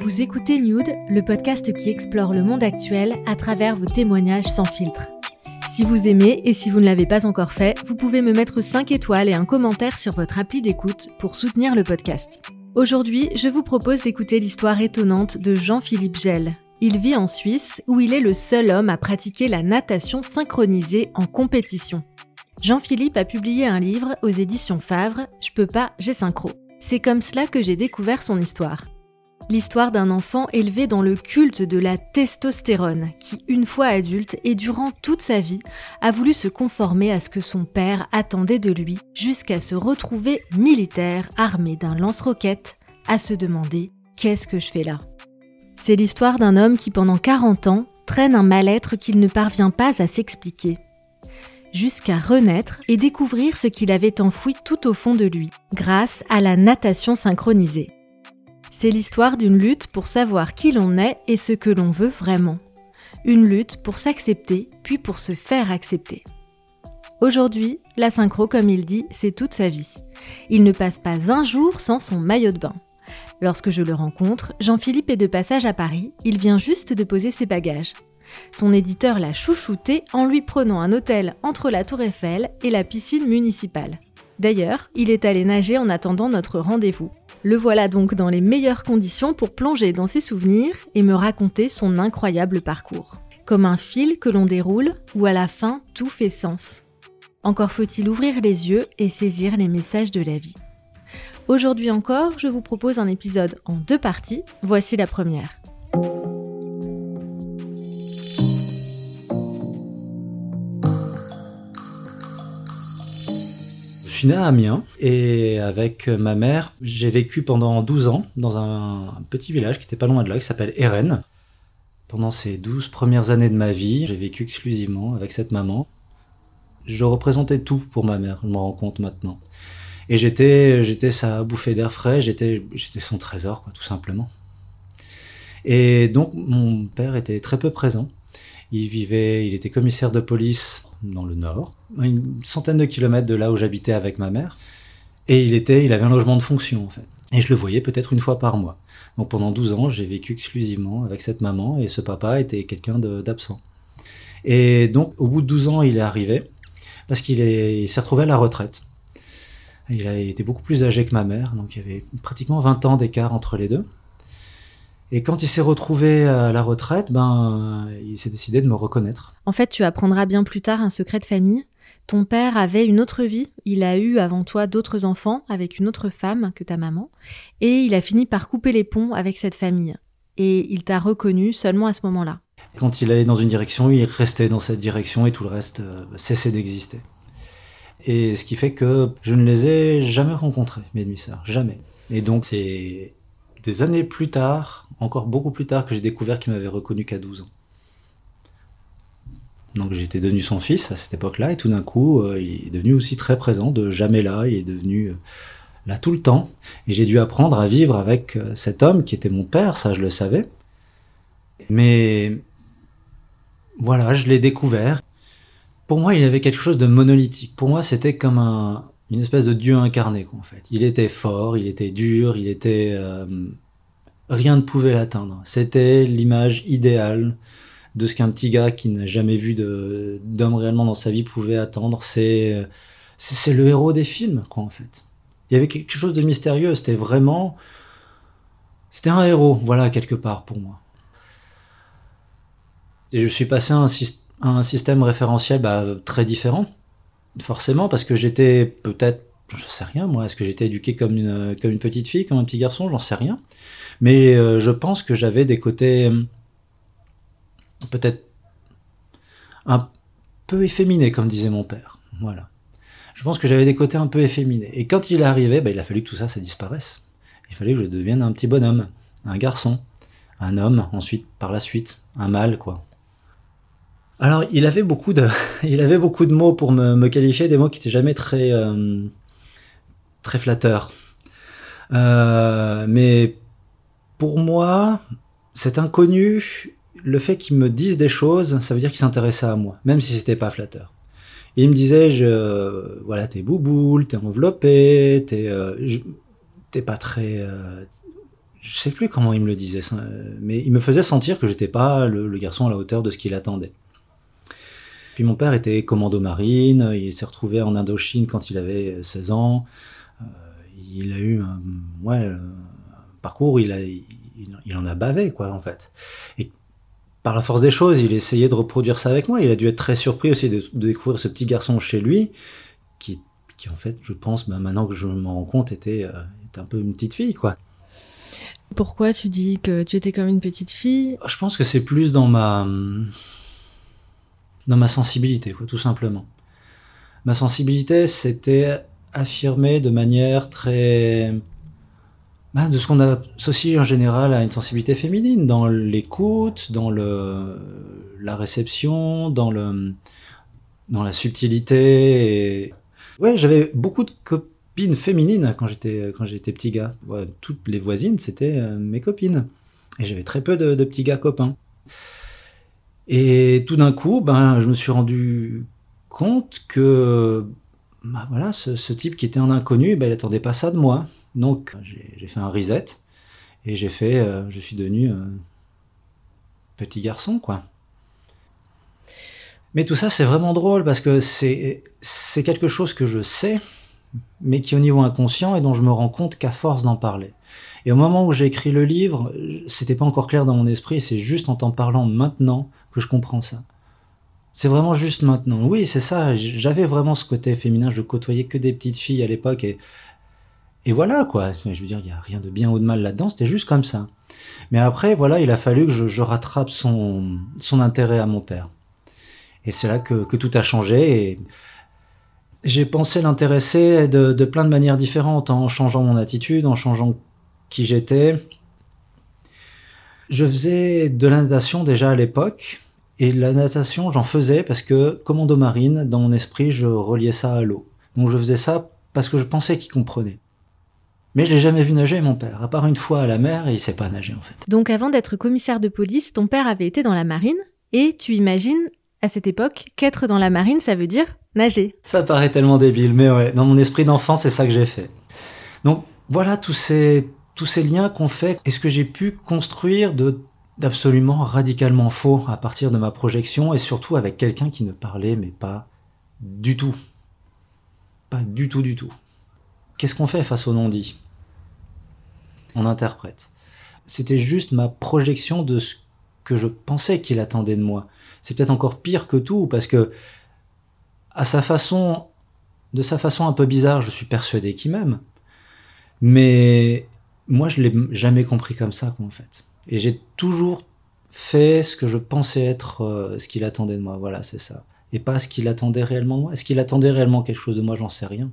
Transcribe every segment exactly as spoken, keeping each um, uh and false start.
Vous écoutez Nude, le podcast qui explore le monde actuel à travers vos témoignages sans filtre. Si vous aimez et si vous ne l'avez pas encore fait, vous pouvez me mettre cinq étoiles et un commentaire sur votre appli d'écoute pour soutenir le podcast. Aujourd'hui, je vous propose d'écouter l'histoire étonnante de Jean-Philippe Gelle. Il vit en Suisse où il est le seul homme à pratiquer la natation synchronisée en compétition. Jean-Philippe a publié un livre aux éditions Favre, Je peux pas, j'ai synchro. C'est comme cela que j'ai découvert son histoire. L'histoire d'un enfant élevé dans le culte de la testostérone, qui, une fois adulte et durant toute sa vie, a voulu se conformer à ce que son père attendait de lui, jusqu'à se retrouver militaire, armé d'un lance-roquettes, à se demander « Qu'est-ce que je fais là ?» C'est l'histoire d'un homme qui, pendant quarante ans, traîne un mal-être qu'il ne parvient pas à s'expliquer, jusqu'à renaître et découvrir ce qu'il avait enfoui tout au fond de lui, grâce à la natation synchronisée. C'est l'histoire d'une lutte pour savoir qui l'on est et ce que l'on veut vraiment. Une lutte pour s'accepter, puis pour se faire accepter. Aujourd'hui, la synchro, comme il dit, c'est toute sa vie. Il ne passe pas un jour sans son maillot de bain. Lorsque je le rencontre, Jean-Philippe est de passage à Paris, il vient juste de poser ses bagages. Son éditeur l'a chouchouté en lui prenant un hôtel entre la Tour Eiffel et la piscine municipale. D'ailleurs, il est allé nager en attendant notre rendez-vous. Le voilà donc dans les meilleures conditions pour plonger dans ses souvenirs et me raconter son incroyable parcours. Comme un fil que l'on déroule, où à la fin, tout fait sens. Encore faut-il ouvrir les yeux et saisir les messages de la vie. Aujourd'hui encore, je vous propose un épisode en deux parties. Voici la première. Je suis né à Amiens et avec ma mère, j'ai vécu pendant douze ans dans un petit village qui était pas loin de là, qui s'appelle Hérennes. Pendant ces douze premières années de ma vie, j'ai vécu exclusivement avec cette maman. Je représentais tout pour ma mère, je me rends compte maintenant. Et j'étais, j'étais sa bouffée d'air frais, j'étais, j'étais son trésor, quoi, tout simplement. Et donc mon père était très peu présent. Il vivait, il était commissaire de police dans le Nord, à une centaine de kilomètres de là où j'habitais avec ma mère. Et il était, il avait un logement de fonction, en fait. Et je le voyais peut-être une fois par mois. Donc pendant douze ans, j'ai vécu exclusivement avec cette maman et ce papa était quelqu'un de, d'absent. Et donc, au bout de douze ans, il est arrivé parce qu'il est, il s'est retrouvé à la retraite. Il a été beaucoup plus âgé que ma mère, donc il y avait pratiquement vingt ans d'écart entre les deux. Et quand il s'est retrouvé à la retraite, ben, il s'est décidé de me reconnaître. En fait, tu apprendras bien plus tard un secret de famille. Ton père avait une autre vie. Il a eu avant toi d'autres enfants avec une autre femme que ta maman. Et il a fini par couper les ponts avec cette famille. Et il t'a reconnu seulement à ce moment-là. Quand il allait dans une direction, il restait dans cette direction et tout le reste euh, cessait d'exister. Et ce qui fait que je ne les ai jamais rencontrés, mes demi-sœurs. Jamais. Et donc, c'est des années plus tard, encore beaucoup plus tard, que j'ai découvert qu'il m'avait reconnu qu'à douze ans. Donc j'étais devenu son fils à cette époque-là, et tout d'un coup, euh, il est devenu aussi très présent, de jamais là, il est devenu euh, là tout le temps. Et j'ai dû apprendre à vivre avec euh, cet homme qui était mon père, ça je le savais. Mais voilà, je l'ai découvert. Pour moi, il avait quelque chose de monolithique. Pour moi, c'était comme un, une espèce de dieu incarné, quoi, en fait. Il était fort, il était dur, il était... Euh, rien ne pouvait l'atteindre. C'était l'image idéale de ce qu'un petit gars qui n'a jamais vu de, d'homme réellement dans sa vie pouvait attendre. C'est, c'est, c'est le héros des films, quoi, en fait. Il y avait quelque chose de mystérieux. C'était vraiment... C'était un héros, voilà, quelque part, pour moi. Et je suis passé à un, à un système référentiel bah, très différent, forcément, parce que j'étais peut-être... Je sais rien, moi. Est-ce que j'étais éduqué comme une, comme une petite fille, comme un petit garçon ? J'en sais rien. Mais euh, je pense que j'avais des côtés euh, peut-être un peu efféminés, comme disait mon père. Voilà. Je pense que j'avais des côtés un peu efféminés. Et quand il est arrivé, bah, il a fallu que tout ça, ça disparaisse. Il fallait que je devienne un petit bonhomme, un garçon, un homme, ensuite, par la suite, un mâle, quoi. Alors, il avait beaucoup de, il avait beaucoup de mots pour me, me qualifier, des mots qui n'étaient jamais très, euh, très flatteurs. Euh, mais pour moi, cet inconnu, le fait qu'il me dise des choses, ça veut dire qu'il s'intéressait à moi, même si c'était pas flatteur. Et il me disait, je, voilà, t'es bouboule, t'es enveloppé, t'es, euh, je, t'es pas très, euh, je sais plus comment il me le disait, mais il me faisait sentir que j'étais pas le, le garçon à la hauteur de ce qu'il attendait. Puis mon père était commando marine, il s'est retrouvé en Indochine quand il avait seize ans. Euh, il a eu un, ouais, un parcours, il, a, il, il en a bavé, quoi, en fait. Et par la force des choses, il essayait de reproduire ça avec moi. Il a dû être très surpris aussi de, de découvrir ce petit garçon chez lui, qui, qui en fait, je pense, ben, maintenant que je m'en rends compte, était, euh, était un peu une petite fille, quoi. Pourquoi tu dis que tu étais comme une petite fille ? Je pense que c'est plus dans ma, dans ma sensibilité, quoi, tout simplement. Ma sensibilité, c'était affirmée de manière très... Ben, de ce qu'on associe en général à une sensibilité féminine, dans l'écoute, dans le, la réception, dans, le, dans la subtilité. Et... Ouais, j'avais beaucoup de copines féminines quand j'étais, quand j'étais petit gars. Ouais, toutes les voisines, c'était euh, mes copines. Et j'avais très peu de, de petits gars copains. Et tout d'un coup, ben, je me suis rendu compte que ben, voilà, ce, ce type qui était un inconnu, ben, il n'attendait pas ça de moi. Donc j'ai, j'ai fait un reset et j'ai fait, euh, je suis devenu euh, petit garçon, quoi. Mais tout ça, c'est vraiment drôle parce que c'est, c'est quelque chose que je sais, mais qui est au niveau inconscient et dont je me rends compte qu'à force d'en parler. Et au moment où j'ai écrit le livre, c'était pas encore clair dans mon esprit, c'est juste en t'en parlant maintenant que je comprends ça. C'est vraiment juste maintenant. Oui, c'est ça, j'avais vraiment ce côté féminin, je côtoyais que des petites filles à l'époque et, et voilà quoi. Je veux dire, il n'y a rien de bien ou de mal là-dedans, c'était juste comme ça. Mais après, voilà, il a fallu que je, je rattrape son, son intérêt à mon père. Et c'est là que, que tout a changé et j'ai pensé l'intéresser de, de plein de manières différentes, en changeant mon attitude, en changeant qui j'étais. Je faisais de la natation déjà à l'époque, et la natation, j'en faisais parce que, commando marine, dans mon esprit, je reliais ça à l'eau. Donc je faisais ça parce que je pensais qu'il comprenait. Mais je l'ai jamais vu nager, mon père. À part une fois à la mer, il sait pas nager, en fait. Donc avant d'être commissaire de police, ton père avait été dans la marine, et tu imagines, à cette époque, qu'être dans la marine, ça veut dire nager. Ça paraît tellement débile, mais ouais, dans mon esprit d'enfant, c'est ça que j'ai fait. Donc voilà, tous ces... tous ces liens qu'on fait, et ce que j'ai pu construire de, d'absolument radicalement faux à partir de ma projection, et surtout avec quelqu'un qui ne parlait, mais pas du tout. Pas du tout, du tout. Qu'est-ce qu'on fait face au non-dit ? On interprète. C'était juste ma projection de ce que je pensais qu'il attendait de moi. C'est peut-être encore pire que tout, parce que à sa façon, de sa façon un peu bizarre, je suis persuadé qu'il m'aime. Mais moi, je ne l'ai jamais compris comme ça, quoi, en fait. Et j'ai toujours fait ce que je pensais être euh, ce qu'il attendait de moi. Voilà, c'est ça. Et pas ce qu'il attendait réellement de moi. Est-ce qu'il attendait réellement quelque chose de moi ? J'en sais rien.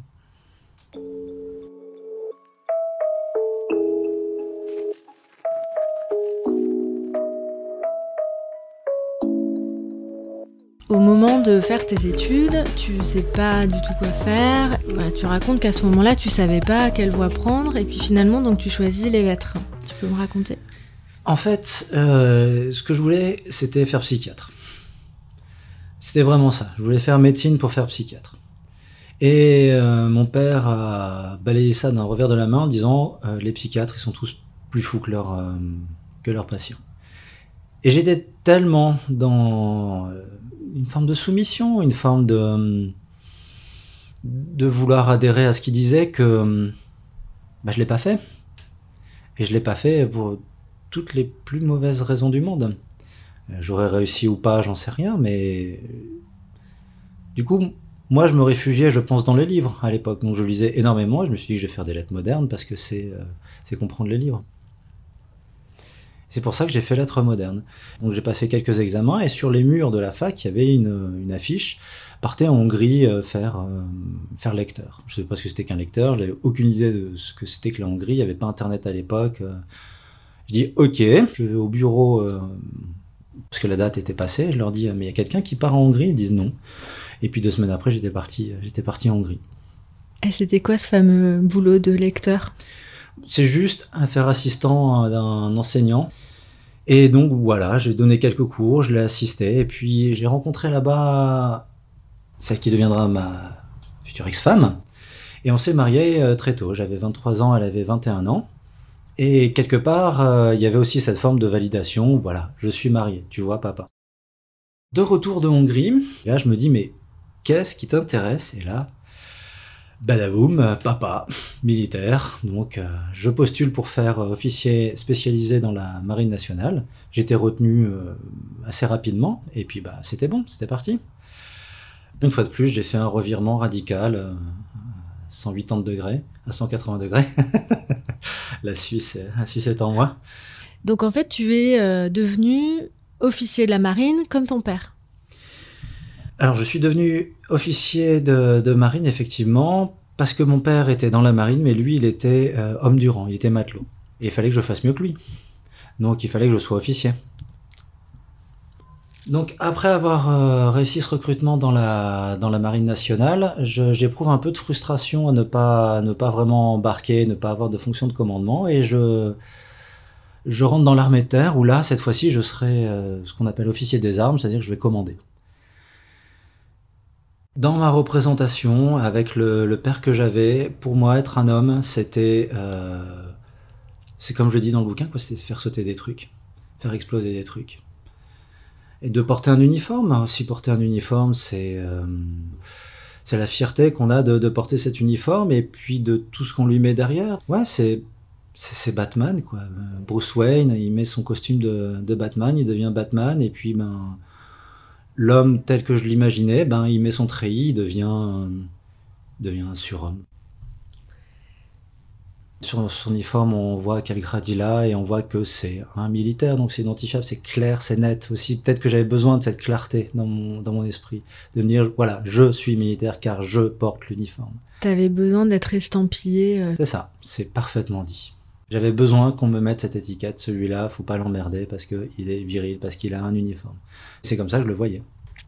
Au moment de faire tes études, tu sais pas du tout quoi faire. Voilà, tu racontes qu'à ce moment-là, tu savais pas quelle voie prendre, et puis finalement, donc tu choisis les lettres. Tu peux me raconter ? En fait, euh, ce que je voulais, c'était faire psychiatre. C'était vraiment ça. Je voulais faire médecine pour faire psychiatre. Et euh, mon père a balayé ça d'un revers de la main en disant euh, les psychiatres, ils sont tous plus fous que, leur, euh, que leurs patients. Et j'étais tellement dans euh, une forme de soumission, une forme de, de vouloir adhérer à ce qu'il disait que bah, je ne l'ai pas fait. Et je ne l'ai pas fait pour toutes les plus mauvaises raisons du monde. J'aurais réussi ou pas, j'en sais rien, mais du coup, moi je me réfugiais, je pense, dans les livres à l'époque. Donc je lisais énormément et je me suis dit que je vais faire des lettres modernes parce que c'est, euh, c'est comprendre les livres. C'est pour ça que j'ai fait lettres modernes. Donc j'ai passé quelques examens et sur les murs de la fac, il y avait une, une affiche « Partez en Hongrie euh, faire, euh, faire lecteur ». Je ne savais pas ce que c'était qu'un lecteur, je n'avais aucune idée de ce que c'était que la Hongrie, il n'y avait pas internet à l'époque. Je dis « Ok », je vais au bureau, euh, parce que la date était passée, je leur dis « Mais il y a quelqu'un qui part en Hongrie ?» Ils disent « Non ». Et puis deux semaines après, j'étais parti, j'étais parti en Hongrie. Et c'était quoi ce fameux boulot de lecteur ? C'est juste un faire assistant d'un enseignant. Et donc voilà, j'ai donné quelques cours, je l'ai assisté, et puis j'ai rencontré là-bas celle qui deviendra ma future ex-femme. Et on s'est mariés très tôt, j'avais vingt-trois ans, elle avait vingt et un ans. Et quelque part, euh, il y avait aussi cette forme de validation. Voilà, je suis marié, tu vois, papa. De retour de Hongrie, et là je me dis, mais qu'est-ce qui t'intéresse? Et là, badaboum, papa, militaire. Donc euh, je postule pour faire euh, officier spécialisé dans la marine nationale. J'étais retenu euh, assez rapidement, et puis bah c'était bon, c'était parti. Une fois de plus, j'ai fait un revirement radical, euh, cent quatre-vingts degrés, à cent quatre-vingts degrés. la, Suisse, la Suisse est en moi. Donc en fait, tu es euh, devenu officier de la marine comme ton père. Alors je suis devenu officier de, de marine, effectivement, parce que mon père était dans la marine, mais lui, il était euh, homme du rang, il était matelot. Et il fallait que je fasse mieux que lui. Donc il fallait que je sois officier. Donc après avoir euh, réussi ce recrutement dans la, dans la marine nationale, je, j'éprouve un peu de frustration à ne pas, à ne pas vraiment embarquer, ne pas avoir de fonction de commandement, et je, je rentre dans l'armée de terre, où là, cette fois-ci, je serai euh, ce qu'on appelle officier des armes, c'est-à-dire que je vais commander. Dans ma représentation, avec le, le père que j'avais, pour moi, être un homme, c'était... Euh, c'est comme je le dis dans le bouquin, quoi, c'était faire sauter des trucs, faire exploser des trucs. Et de porter un uniforme, aussi porter un uniforme, c'est, euh, c'est la fierté qu'on a de, de porter cet uniforme, et puis de tout ce qu'on lui met derrière. Ouais, c'est, c'est, c'est Batman, quoi. Bruce Wayne, il met son costume de, de Batman, il devient Batman, et puis ben, l'homme tel que je l'imaginais, ben, il met son treillis, il devient, euh, devient un surhomme. Sur son uniforme, on voit quel grade il a, et on voit que c'est un militaire, donc c'est identifiable, c'est clair, c'est net. Aussi, peut-être que j'avais besoin de cette clarté dans mon, dans mon esprit, de me dire, voilà, je suis militaire car je porte l'uniforme. T'avais besoin d'être estampillé. Euh... C'est ça, c'est parfaitement dit. J'avais besoin qu'on me mette cette étiquette, celui-là, faut pas l'emmerder parce qu'il est viril, parce qu'il a un uniforme. C'est comme ça que je le voyais.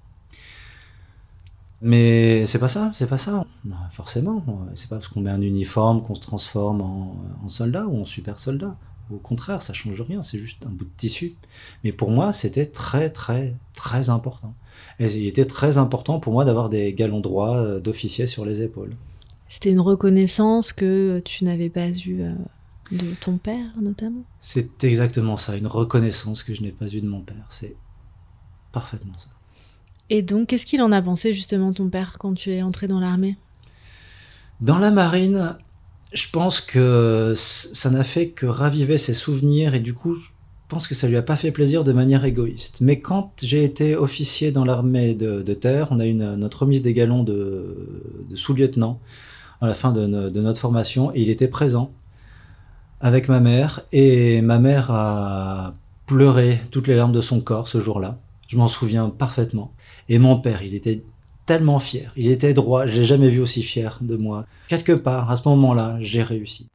Mais c'est pas ça, c'est pas ça. Non, forcément, c'est pas parce qu'on met un uniforme qu'on se transforme en, en soldat ou en super soldat. Au contraire, ça change rien, c'est juste un bout de tissu. Mais pour moi, c'était très, très, très important. Et il était très important pour moi d'avoir des galons droits d'officier sur les épaules. C'était une reconnaissance que tu n'avais pas eue de ton père, notamment? C'est exactement ça, une reconnaissance que je n'ai pas eue de mon père. C'est parfaitement ça. Et donc, qu'est-ce qu'il en a pensé, justement, ton père, quand tu es entré dans l'armée? Dans la marine, je pense que ça n'a fait que raviver ses souvenirs, et du coup, je pense que ça lui a pas fait plaisir de manière égoïste. Mais quand j'ai été officier dans l'armée de, de terre, on a eu une, notre remise des galons de, de sous-lieutenant à la fin de, de notre formation, et il était présent avec ma mère, et ma mère a pleuré toutes les larmes de son corps ce jour-là. Je m'en souviens parfaitement. Et mon père, il était tellement fier, il était droit, je l'ai jamais vu aussi fier de moi. Quelque part, à ce moment-là, j'ai réussi.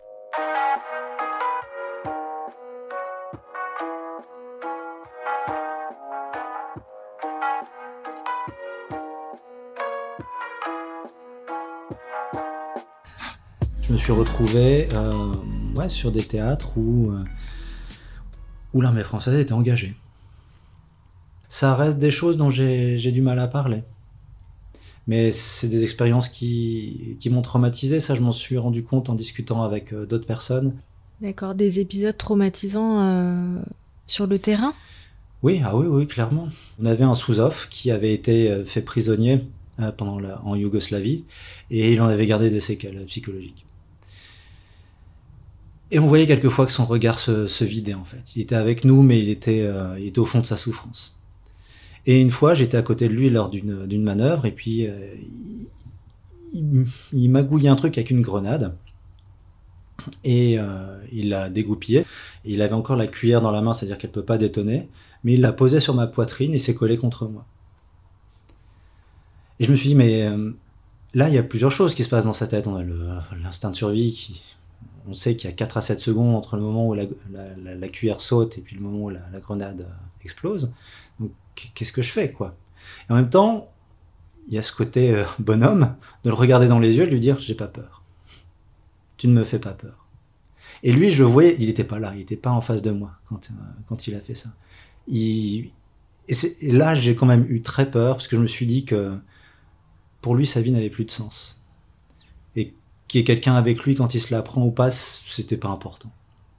Je me suis retrouvé euh, ouais, sur des théâtres où, euh, où l'armée française était engagée. Ça reste des choses dont j'ai, j'ai du mal à parler. Mais c'est des expériences qui, qui m'ont traumatisé. Ça, je m'en suis rendu compte en discutant avec euh, d'autres personnes. D'accord, des épisodes traumatisants euh, sur le terrain? Oui, ah oui, oui, clairement. On avait un sous-off qui avait été euh, fait prisonnier euh, pendant la, en Yougoslavie, et il en avait gardé des séquelles psychologiques. Et on voyait quelquefois que son regard se, se vidait, en fait. Il était avec nous, mais il était, euh, il était au fond de sa souffrance. Et une fois, j'étais à côté de lui lors d'une, d'une manœuvre, et puis euh, il, il magouillait un truc avec une grenade, et euh, il l'a dégoupillée. Il avait encore la cuillère dans la main, c'est-à-dire qu'elle ne peut pas détonner, mais il la posait sur ma poitrine et s'est collé contre moi. Et je me suis dit, mais euh, là, il y a plusieurs choses qui se passent dans sa tête. On a le, l'instinct de survie, qui, on sait qu'il y a quatre à sept secondes entre le moment où la, la, la, la cuillère saute et puis le moment où la, la grenade explose. Donc, qu'est-ce que je fais, quoi? Et en même temps, il y a ce côté euh, bonhomme, de le regarder dans les yeux et de lui dire, j'ai pas peur. Tu ne me fais pas peur. Et lui, je voyais, il n'était pas là, il n'était pas en face de moi quand, euh, quand il a fait ça. Il, et, c'est, et là, j'ai quand même eu très peur, parce que je me suis dit que pour lui, sa vie n'avait plus de sens. Et qu'il y ait quelqu'un avec lui quand il se la prend ou pas, c'était pas important.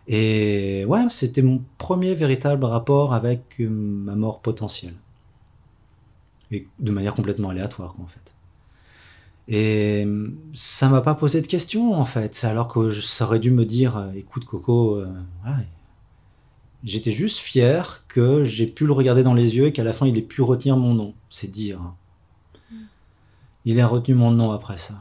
Et ouais, c'était mon premier véritable rapport avec euh, ma mort potentielle. Et de manière complètement aléatoire, quoi, en fait. Et ça m'a pas posé de questions, en fait. Alors que ça aurait dû me dire, euh, écoute, Coco, euh, voilà. J'étais juste fier que j'ai pu le regarder dans les yeux et qu'à la fin, il ait pu retenir mon nom. C'est dire. Il a retenu mon nom après ça.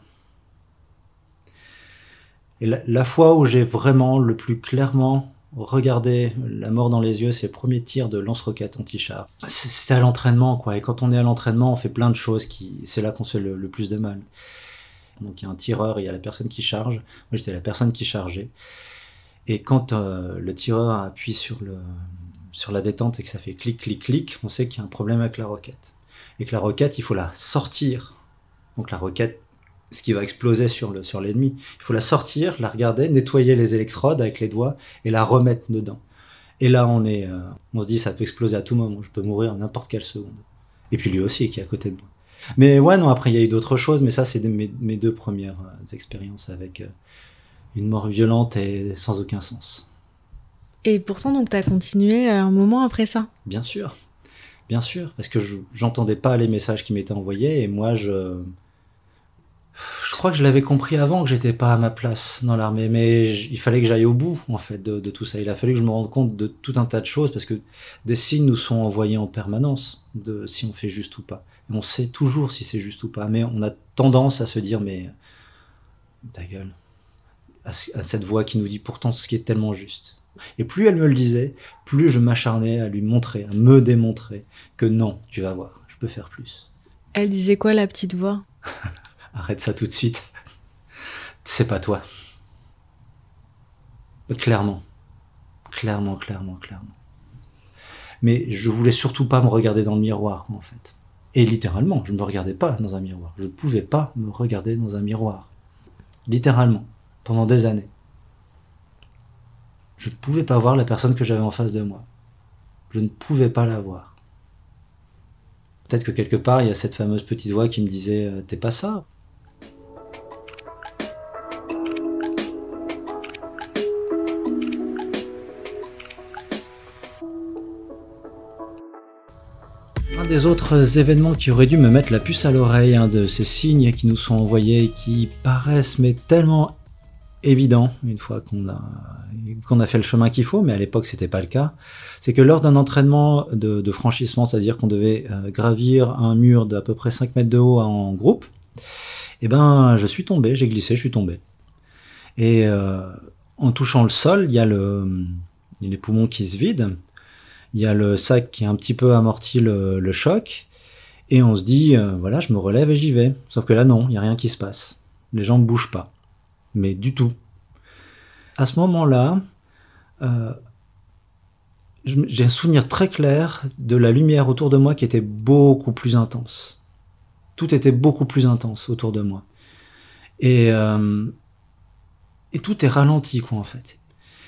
Et la, la fois où j'ai vraiment le plus clairement regardé la mort dans les yeux, c'est le premier tir de lance-roquette anti-char. C'était à l'entraînement, quoi. Et quand on est à l'entraînement, on fait plein de choses qui, c'est là qu'on se fait le, le plus de mal. Donc il y a un tireur et il y a la personne qui charge. Moi, j'étais la personne qui chargeait. Et quand euh, le tireur appuie sur, le, sur la détente et que ça fait clic, clic, clic, on sait qu'il y a un problème avec la roquette. Et que la roquette, il faut la sortir. Donc la roquette, ce qui va exploser sur, le, sur l'ennemi, il faut la sortir, la regarder, nettoyer les électrodes avec les doigts et la remettre dedans. Et là, on, est, euh, on se dit, ça peut exploser à tout moment, je peux mourir à n'importe quelle seconde. Et puis lui aussi, qui est à côté de moi. Mais ouais, non, après, il y a eu d'autres choses, mais ça, c'est mes, mes deux premières euh, expériences avec... Euh, une mort violente et sans aucun sens. Et pourtant, donc, tu as continué un moment après ça ? Bien sûr, bien sûr, parce que je, j'entendais pas les messages qui m'étaient envoyés, et moi, je... Je crois que je l'avais compris avant que j'étais pas à ma place dans l'armée, mais j- il fallait que j'aille au bout, en fait, de, de tout ça. Il a fallu que je me rende compte de tout un tas de choses, parce que des signes nous sont envoyés en permanence, de si on fait juste ou pas. Et on sait toujours si c'est juste ou pas, mais on a tendance à se dire, mais... ta gueule. À cette voix qui nous dit pourtant ce qui est tellement juste. Et plus elle me le disait, plus je m'acharnais à lui montrer, à me démontrer que non, tu vas voir, je peux faire plus. Elle disait quoi, la petite voix ? Arrête ça tout de suite. C'est pas toi. Clairement. Clairement, clairement, clairement. Mais je voulais surtout pas me regarder dans le miroir, en fait. Et littéralement, je ne me regardais pas dans un miroir. Je ne pouvais pas me regarder dans un miroir. Littéralement. Pendant des années. Je ne pouvais pas voir la personne que j'avais en face de moi. Je ne pouvais pas la voir. Peut-être que quelque part, il y a cette fameuse petite voix qui me disait « T'es pas ça ?» Un des autres événements qui aurait dû me mettre la puce à l'oreille, un de ces signes qui nous sont envoyés et qui paraissent mais tellement évident, une fois qu'on a, qu'on a fait le chemin qu'il faut, mais à l'époque c'était pas le cas, c'est que lors d'un entraînement de, de franchissement, c'est-à-dire qu'on devait euh, gravir un mur d'à peu près cinq mètres de haut en groupe, et ben je suis tombé, j'ai glissé, je suis tombé. Et euh, en touchant le sol, il y a le, il y a les poumons qui se vident, il y a le sac qui a un petit peu amorti le, le choc, et on se dit, euh, voilà, je me relève et j'y vais. Sauf que là non, il n'y a rien qui se passe. Les jambes ne bougent pas. Mais du tout. À ce moment-là, euh, j'ai un souvenir très clair de la lumière autour de moi qui était beaucoup plus intense. Tout était beaucoup plus intense autour de moi. Et, euh, et tout est ralenti, quoi, en fait.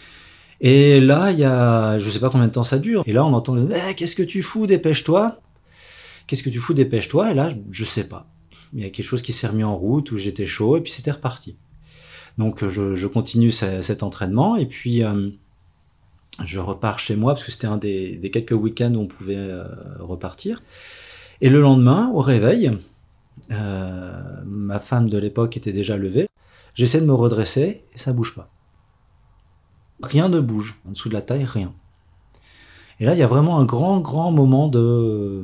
Et là, il y a, je sais pas combien de temps ça dure. Et là, on entend eh, « Qu'est-ce que tu fous, dépêche-toi !» Qu'est-ce que tu fous, dépêche-toi !» Et là, je sais pas. Il y a quelque chose qui s'est remis en route, où j'étais chaud, et puis c'était reparti. Donc je, je continue ce, cet entraînement et puis euh, je repars chez moi parce que c'était un des, des quelques week-ends où on pouvait euh, repartir. Et le lendemain, au réveil, euh, ma femme de l'époque était déjà levée. J'essaie de me redresser et ça bouge pas. Rien ne bouge. En dessous de la taille, rien. Et là, il y a vraiment un grand, grand moment de...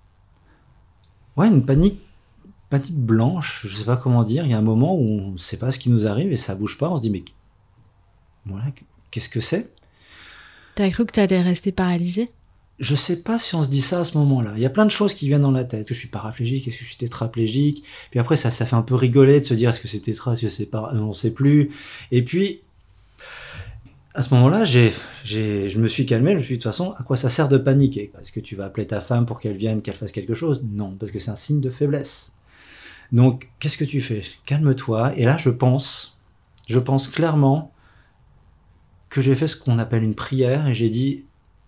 Ouais, une panique. Panique blanche, je sais pas comment dire, il y a un moment où on ne sait pas ce qui nous arrive et ça bouge pas, on se dit mais voilà, qu'est-ce que c'est ? T'as cru que t'allais rester paralysé ? Je sais pas si on se dit ça à ce moment-là. Il y a plein de choses qui viennent dans la tête. Est-ce que je suis paraplégique ? Est-ce que je suis tétraplégique ? Puis après ça, ça fait un peu rigoler de se dire est-ce que c'est tétra, est-ce que c'est pas, on sait plus. Et puis à ce moment-là, j'ai, j'ai, je me suis calmé, je me suis dit de toute façon, à quoi ça sert de paniquer ? Est-ce que tu vas appeler ta femme pour qu'elle vienne, qu'elle fasse quelque chose ? Non, parce que c'est un signe de faiblesse. Donc, qu'est-ce que tu fais ? Calme-toi. Et là, je pense, je pense clairement que j'ai fait ce qu'on appelle une prière et j'ai dit,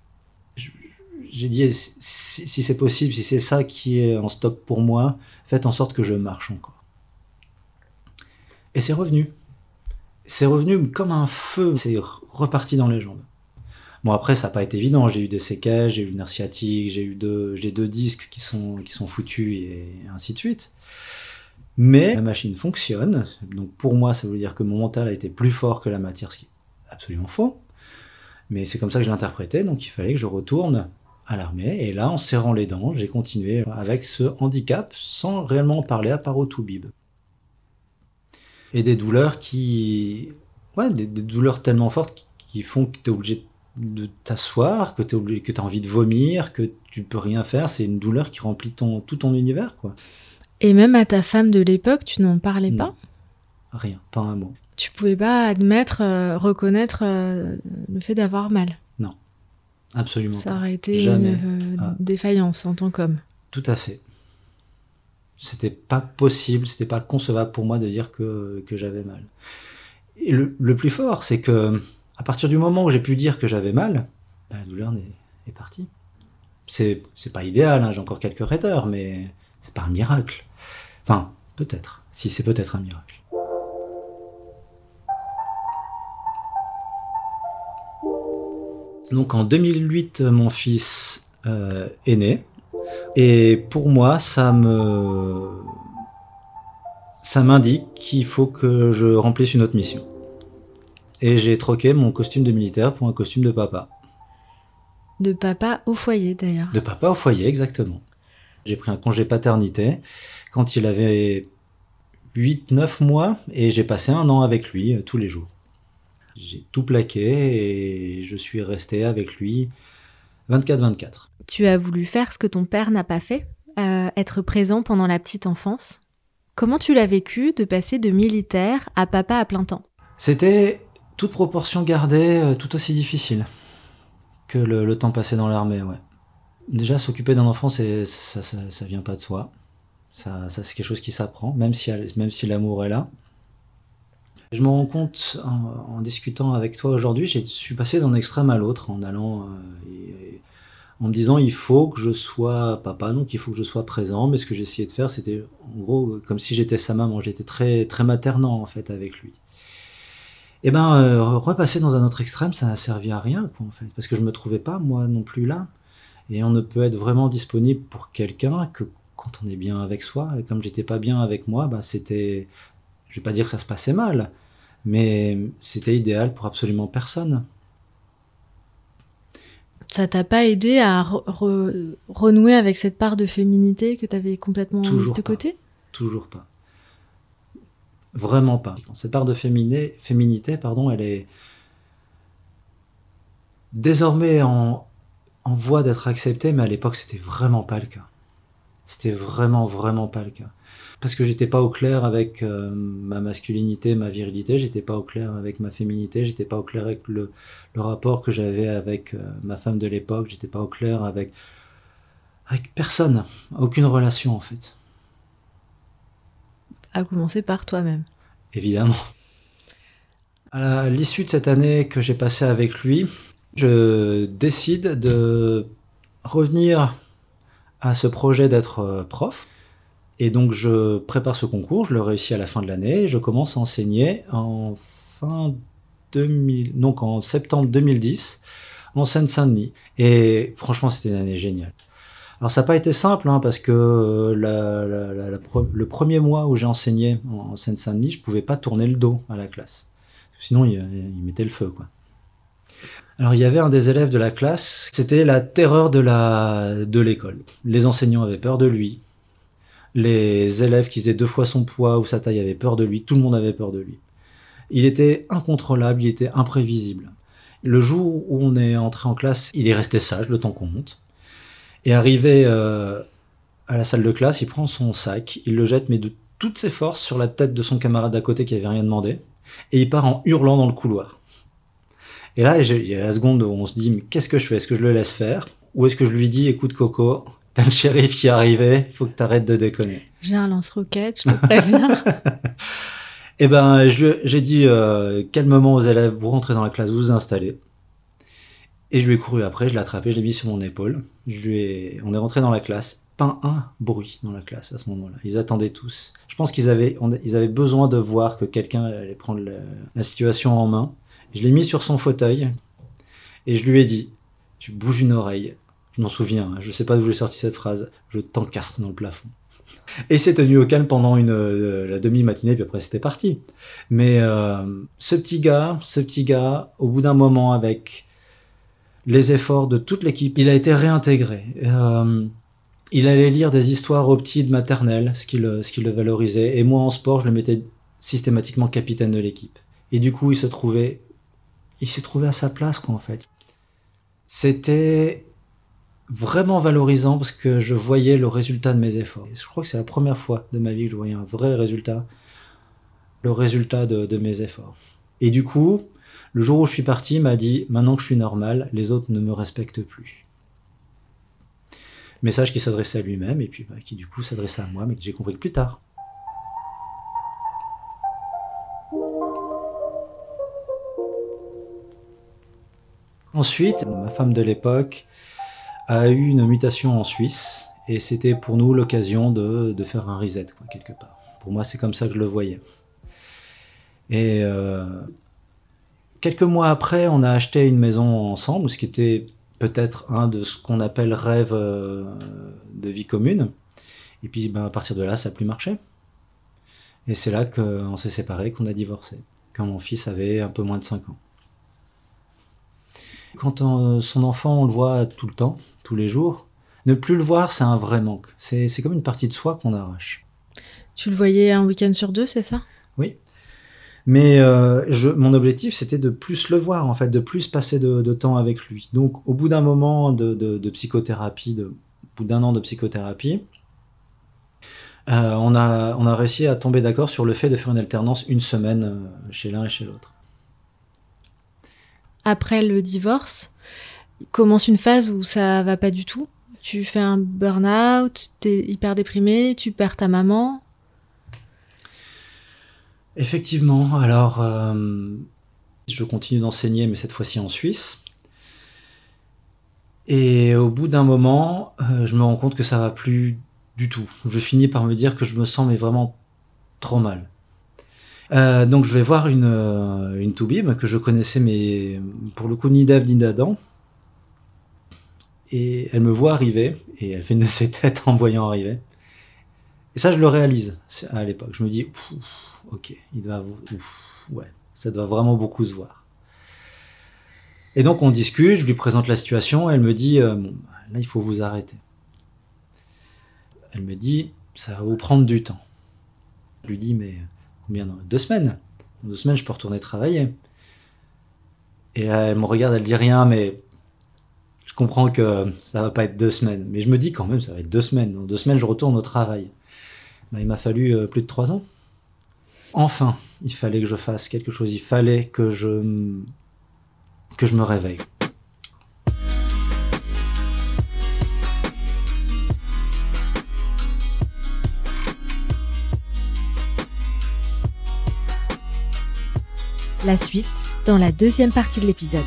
j'ai dit, si, si c'est possible, si c'est ça qui est en stock pour moi, faites en sorte que je marche encore. Et c'est revenu. c'est revenu comme un feu, c'est reparti dans les jambes. Bon, après, ça n'a pas été évident. J'ai eu des séquelles, j'ai eu une nerf sciatique, j'ai eu deux, j'ai deux disques qui sont, qui sont foutus et ainsi de suite. Mais la machine fonctionne. Donc, pour moi, ça veut dire que mon mental a été plus fort que la matière, ce qui est absolument faux. Mais c'est comme ça que je l'interprétais. Donc, il fallait que je retourne à l'armée. Et là, en serrant les dents, j'ai continué avec ce handicap sans réellement en parler à part au toubib. Et des douleurs qui... Ouais, des, des douleurs tellement fortes qui font que tu es obligé de de t'asseoir, que tu as envie de vomir, que tu peux rien faire, c'est une douleur qui remplit ton, tout ton univers, quoi. Et même à ta femme de l'époque, tu n'en parlais non. pas ? Rien, pas un mot. Tu pouvais pas admettre, euh, reconnaître euh, le fait d'avoir mal ? Non, absolument Ça pas. Ça aurait été Jamais. une euh, ah. défaillance en tant qu'homme. Tout à fait. C'était pas possible, c'était pas concevable pour moi de dire que, que j'avais mal. Et le, le plus fort, c'est que à partir du moment où j'ai pu dire que j'avais mal, ben la douleur est, est partie. C'est, c'est pas idéal, hein, j'ai encore quelques raideurs, mais c'est pas un miracle. Enfin, peut-être. Si, c'est peut-être un miracle. Donc en deux mille huit, mon fils euh, est né. Et pour moi, ça me... ça m'indique qu'il faut que je remplisse une autre mission. Et j'ai troqué mon costume de militaire pour un costume de papa. De papa au foyer, d'ailleurs. De papa au foyer, exactement. J'ai pris un congé paternité quand il avait huit neuf mois et j'ai passé un an avec lui euh, tous les jours. J'ai tout plaqué et je suis resté avec lui vingt-quatre vingt-quatre. Tu as voulu faire ce que ton père n'a pas fait, euh, être présent pendant la petite enfance. Comment tu l'as vécu de passer de militaire à papa à plein temps ? C'était... toute proportion gardée, euh, tout aussi difficile que le, le temps passé dans l'armée, ouais. Déjà, s'occuper d'un enfant, c'est, ça, ça, ça vient pas de soi. Ça, ça, c'est quelque chose qui s'apprend, même si, même si l'amour est là. Je me rends compte, en, en discutant avec toi aujourd'hui, je suis passé d'un extrême à l'autre, en allant, euh, et, en me disant, il faut que je sois papa, donc il faut que je sois présent, mais ce que j'essayais de faire, c'était, en gros, comme si j'étais sa maman, j'étais très, très maternant, en fait, avec lui. Et ben, euh, repasser dans un autre extrême, ça n'a servi à rien, quoi, en fait, parce que je me trouvais pas, moi non plus, là. Et on ne peut être vraiment disponible pour quelqu'un que quand on est bien avec soi. Et comme j'étais pas bien avec moi, ben c'était... Je vais pas dire que ça se passait mal, mais c'était idéal pour absolument personne. Ça t'a pas aidé à re- re- renouer avec cette part de féminité que t'avais complètement mise de côté ? Toujours pas. Vraiment pas. Cette part de féminé, féminité, pardon, elle est désormais en, en voie d'être acceptée, mais à l'époque, c'était vraiment pas le cas. C'était vraiment, vraiment pas le cas. Parce que j'étais pas au clair avec euh, ma masculinité, ma virilité, j'étais pas au clair avec ma féminité, j'étais pas au clair avec le, le rapport que j'avais avec euh, ma femme de l'époque, j'étais pas au clair avec, avec personne, aucune relation en fait. À commencer par toi-même. Évidemment. À l'issue de cette année que j'ai passée avec lui, je décide de revenir à ce projet d'être prof. Et donc je prépare ce concours, je le réussis à la fin de l'année, et je commence à enseigner en fin deux mille, donc en septembre deux mille dix, en Seine-Saint-Denis. Et franchement, c'était une année géniale. Alors ça n'a pas été simple, hein, parce que la, la, la, la, le premier mois où j'ai enseigné en Seine-Saint-Denis, je ne pouvais pas tourner le dos à la classe. Sinon, il, il mettait le feu, quoi. Alors il y avait un des élèves de la classe, c'était la terreur de, la, de l'école. Les enseignants avaient peur de lui. Les élèves qui faisaient deux fois son poids ou sa taille avaient peur de lui. Tout le monde avait peur de lui. Il était incontrôlable, il était imprévisible. Le jour où on est entré en classe, il est resté sage le temps qu'on monte. Et arrivé euh, à la salle de classe, il prend son sac, il le jette mais de toutes ses forces sur la tête de son camarade d'à côté qui avait rien demandé, et il part en hurlant dans le couloir. Et là, il y a la seconde où on se dit, mais qu'est-ce que je fais ? Est-ce que je le laisse faire ? Ou est-ce que je lui dis, écoute Coco, t'as le shérif qui est arrivé, il faut que t'arrêtes de déconner. J'ai un lance-roquette, je me préviens. Eh ben, je, j'ai dit, euh, calmement aux élèves, vous rentrez dans la classe, vous vous installez. Et je lui ai couru après, je l'ai attrapé, je l'ai mis sur mon épaule. Je lui ai... On est rentré dans la classe. pas un bruit dans la classe à ce moment-là. Ils attendaient tous. Je pense qu'ils avaient, on, ils avaient besoin de voir que quelqu'un allait prendre la, la situation en main. Je l'ai mis sur son fauteuil et je lui ai dit « Tu bouges une oreille. » Je m'en souviens, je ne sais pas d'où j'ai sorti cette phrase. « Je t'encastre dans le plafond. » Et c'est tenu au calme pendant une, euh, la demi-matinée, puis après c'était parti. Mais euh, ce petit gars, ce petit gars, au bout d'un moment, avec les efforts de toute l'équipe, il a été réintégré. Euh, il allait lire des histoires aux petits de maternelle, ce qui, le, ce qui le valorisait. Et moi, en sport, je le mettais systématiquement capitaine de l'équipe. Et du coup, il se trouvait, il s'est trouvé à sa place, quoi, en fait. C'était vraiment valorisant parce que je voyais le résultat de mes efforts. Et je crois que c'est la première fois de ma vie que je voyais un vrai résultat, le résultat de, de mes efforts. Et du coup, le jour où je suis parti, il m'a dit « Maintenant que je suis normal, les autres ne me respectent plus. » Message qui s'adressait à lui-même et puis bah, qui du coup s'adressait à moi, mais que j'ai compris que plus tard. Ensuite, ma femme de l'époque a eu une mutation en Suisse et c'était pour nous l'occasion de, de faire un reset, quoi, quelque part. Pour moi, c'est comme ça que je le voyais. Et euh, quelques mois après, on a acheté une maison ensemble, ce qui était peut-être un de ce qu'on appelle rêve euh, de vie commune. Et puis, ben, à partir de là, ça n'a plus marché. Et c'est là qu'on s'est séparés, qu'on a divorcé, quand mon fils avait un peu moins de cinq ans. Quand on, son enfant, on le voit tout le temps, tous les jours, ne plus le voir, c'est un vrai manque. C'est, c'est comme une partie de soi qu'on arrache. Tu le voyais un week-end sur deux, c'est ça ? Oui. Mais euh, je, mon objectif, c'était de plus le voir, en fait, de plus passer de, de temps avec lui. Donc, au bout d'un moment de, de, de psychothérapie, de, au bout d'un an de psychothérapie, euh, on, a, on a réussi à tomber d'accord sur le fait de faire une alternance une semaine chez l'un et chez l'autre. Après le divorce, commence une phase où ça va pas du tout. Tu fais un burn-out, t'es hyper déprimé, tu perds ta maman. Effectivement, alors euh, je continue d'enseigner, mais cette fois-ci en Suisse. Et au bout d'un moment, euh, je me rends compte que ça va plus du tout. Je finis par me dire que je me sens mais vraiment trop mal. Euh, donc je vais voir une, euh, une toubib que je connaissais, mais pour le coup ni d'Ève ni d'Adam. Et elle me voit arriver, et elle fait une de ses têtes en me voyant arriver. Et ça, je le réalise à l'époque. Je me dis, ouf, ok, il doit, ouf, ouais, ça doit vraiment beaucoup se voir. Et donc on discute, je lui présente la situation, et elle me dit, euh, bon, là il faut vous arrêter. Elle me dit, ça va vous prendre du temps. Je lui dis, mais combien dans deux semaines. Dans deux semaines, je peux retourner travailler. Et là, elle me regarde, elle dit rien, mais je comprends que ça va pas être deux semaines. Mais je me dis quand même, ça va être deux semaines. Dans deux semaines, je retourne au travail. Ben, il m'a fallu euh, plus de trois ans. Enfin, il fallait que je fasse quelque chose. Il fallait que je, que je me réveille. La suite dans la deuxième partie de l'épisode.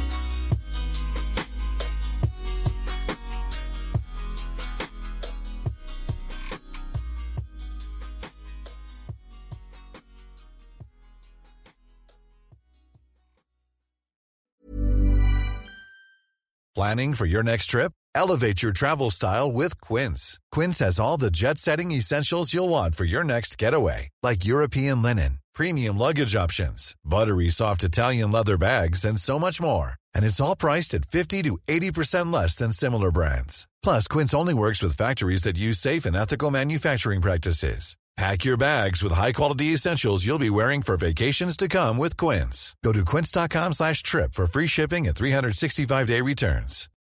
Planning for your next trip? Elevate your travel style with Quince. Quince has all the jet-setting essentials you'll want for your next getaway, like European linen, premium luggage options, buttery soft Italian leather bags, and so much more. And it's all priced at fifty to eighty percent less than similar brands. Plus, Quince only works with factories that use safe and ethical manufacturing practices. Pack your bags with high-quality essentials you'll be wearing for vacations to come with Quince. Go to quince dot com slash trip for free shipping and three sixty-five day returns.